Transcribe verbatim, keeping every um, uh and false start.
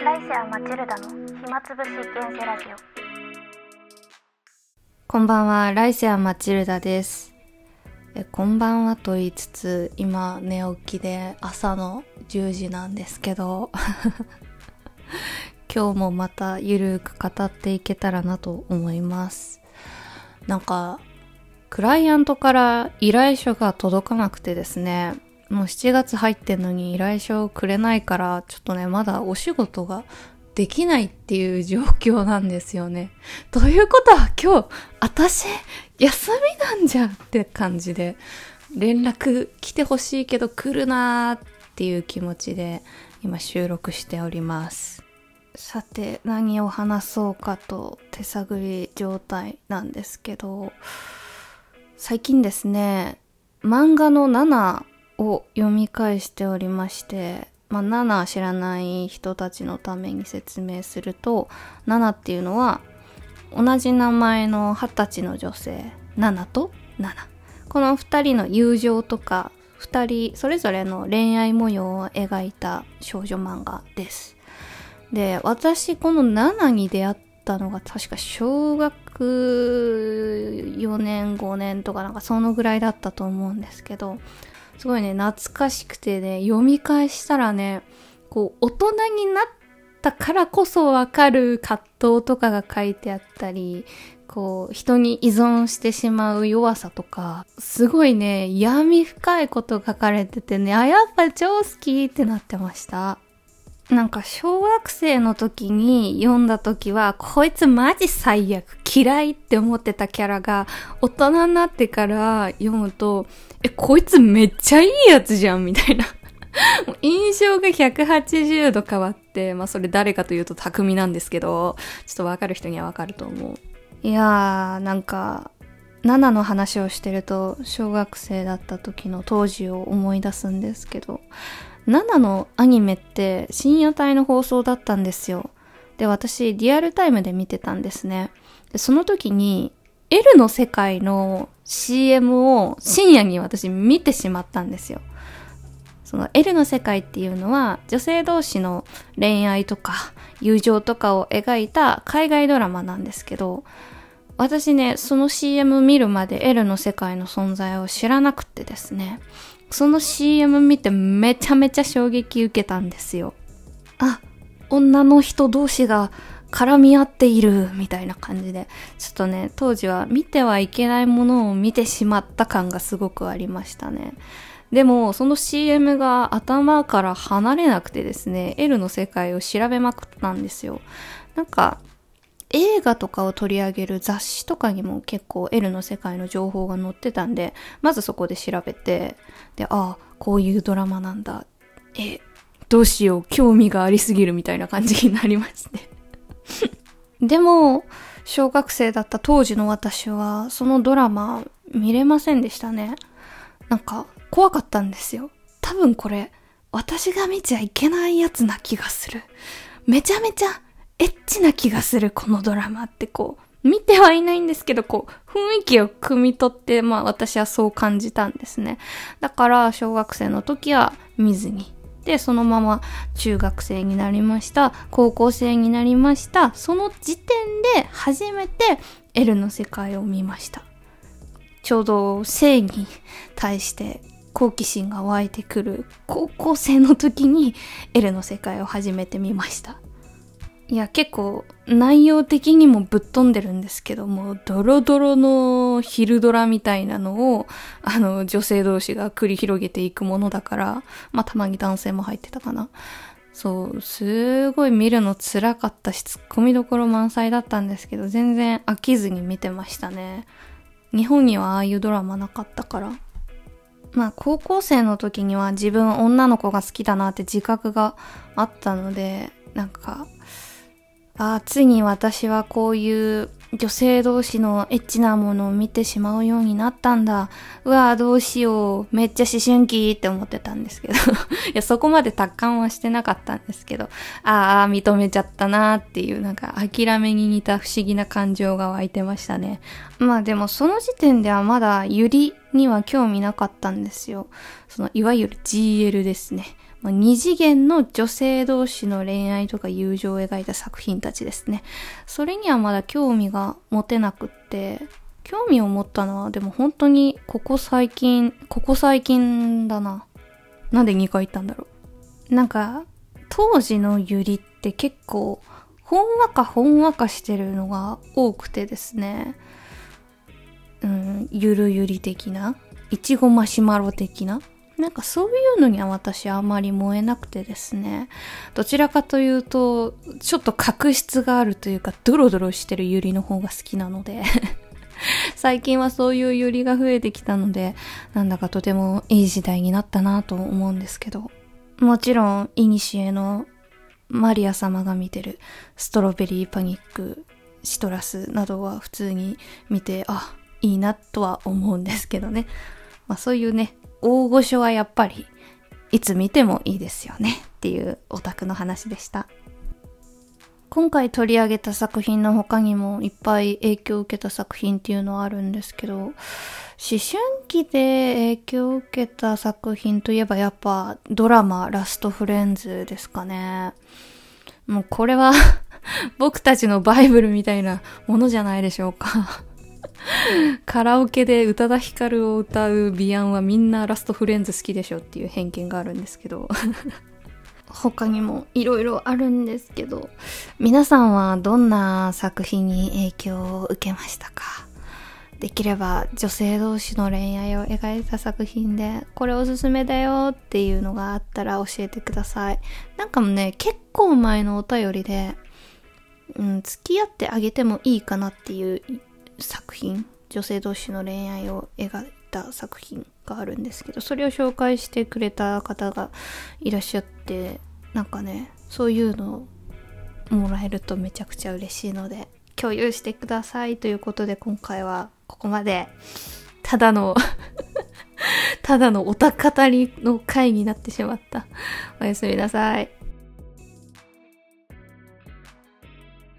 ライセア・マチルダの暇つぶし現世ラジオ。 こんばんは、ライセア・マチルダです。えこんばんはと言いつつ、今寝起きで朝のじゅうじなんですけど今日もまたゆるく語っていけたらなと思います。なんかクライアントから依頼書が届かなくてですね、もうしちがつ入ってんのに依頼書をくれないから、ちょっとねまだお仕事ができないっていう状況なんですよね。ということは今日私休みなんじゃって感じで、連絡来てほしいけど来るなーっていう気持ちで今収録しております。さて何を話そうかと手探り状態なんですけど、最近ですね漫画のナナを読み返しておりまして、まあ、ナナ知らない人たちのために説明すると、ナナっていうのは同じ名前の二十歳の女性ナナとナナ、この二人の友情とか二人それぞれの恋愛模様を描いた少女漫画です。で、私このナナに出会ったのが確か小学よねんごねんとかなんかそのぐらいだったと思うんですけど、すごいね懐かしくてね、読み返したらね、こう大人になったからこそわかる葛藤とかが書いてあったり、こう人に依存してしまう弱さとか、すごいね闇深いこと書かれててね、あ、やっぱ超好きってなってました。なんか小学生の時に読んだ時は、こいつマジ最悪嫌いって思ってたキャラが、大人になってから読むと、え、こいつめっちゃいいやつじゃんみたいな印象がひゃくはちじゅうど変わって、まあそれ誰かというと匠なんですけど、ちょっとわかる人にはわかると思う。いやー、なんかナナの話をしてると小学生だった時の当時を思い出すんですけど、ナナのアニメって深夜帯の放送だったんですよ。で、私リアルタイムで見てたんですね。で、その時に L の世界の シーエム を深夜に私見てしまったんですよ。その L の世界っていうのは女性同士の恋愛とか友情とかを描いた海外ドラマなんですけど、私ねその シーエム 見るまで L の世界の存在を知らなくてですね、その シーエム 見てめちゃめちゃ衝撃受けたんですよ。あ、女の人同士が絡み合っているみたいな感じで、ちょっとね当時は見てはいけないものを見てしまった感がすごくありましたね。でもその シーエム が頭から離れなくてですね、 L の世界を調べまくったんですよ。なんか映画とかを取り上げる雑誌とかにも結構 L の世界の情報が載ってたんで、まずそこで調べて、で、ああこういうドラマなんだ、えどうしよう興味がありすぎるみたいな感じになりましてでも小学生だった当時の私はそのドラマ見れませんでしたね。なんか怖かったんですよ。多分これ私が見ちゃいけないやつな気がする、めちゃめちゃエッチな気がするこのドラマって、こう見てはいないんですけど、こう雰囲気を汲み取って、まあ私はそう感じたんですね。だから小学生の時は見ずに、でそのまま中学生になりました、高校生になりました、その時点で初めて L の世界を見ました。ちょうど性に対して好奇心が湧いてくる高校生の時に L の世界を初めて見ました。いや結構内容的にもぶっ飛んでるんですけども、ドロドロの昼ドラみたいなのをあの女性同士が繰り広げていくものだから、まあたまに男性も入ってたかな。そうすごい見るの辛かったし、ツッコミどころ満載だったんですけど、全然飽きずに見てましたね。日本にはああいうドラマなかったから。まあ高校生の時には自分女の子が好きだなって自覚があったので、なんかああ、ついに私はこういう女性同士のエッチなものを見てしまうようになったんだ。うわぁ、どうしよう。めっちゃ思春期って思ってたんですけど。いや、そこまで達観はしてなかったんですけど、ああ、認めちゃったなーっていう、なんか諦めに似た不思議な感情が湧いてましたね。まあでもその時点ではまだユリには興味なかったんですよ。そのいわゆる ジーエル ですね。 まあ、二次元の女性同士の恋愛とか友情を描いた作品たちですね。それにはまだ興味が持てなくって、興味を持ったのはでも本当にここ最近、ここ最近だな。なんでにかい言ったんだろう。なんか、当時のユリって結構、ほんわかほんわかしてるのが多くてですね。うん、ゆるゆり的な、いちごマシュマロ的な。なんかそういうのには私あまり燃えなくてですね。どちらかというと、ちょっと角質があるというか、ドロドロしてるユリの方が好きなので。最近はそういうユリが増えてきたので、なんだかとてもいい時代になったなと思うんですけど。もちろん、イニシエのマリア様が見てるストロベリーパニック、シトラスなどは普通に見て、あ、いいなとは思うんですけどね。まあそういうね、大御所はやっぱりいつ見てもいいですよねっていうオタクの話でした。今回取り上げた作品の他にもいっぱい影響を受けた作品っていうのはあるんですけど、思春期で影響を受けた作品といえばやっぱドラマラストフレンズですかね。もうこれは僕たちのバイブルみたいなものじゃないでしょうか。カラオケで宇多田ヒカルを歌うビアンはみんなラストフレンズ好きでしょっていう偏見があるんですけど他にもいろいろあるんですけど、皆さんはどんな作品に影響を受けましたか？できれば女性同士の恋愛を描いた作品でこれおすすめだよっていうのがあったら教えてください。なんかもね、結構前のお便りで、うん、付き合ってあげてもいいかなっていう作品、女性同士の恋愛を描いた作品があるんですけど、それを紹介してくれた方がいらっしゃって、なんかね、そういうのをもらえるとめちゃくちゃ嬉しいので共有してくださいということで、今回はここまで。ただのただのオタ語りの回になってしまった。おやすみなさい。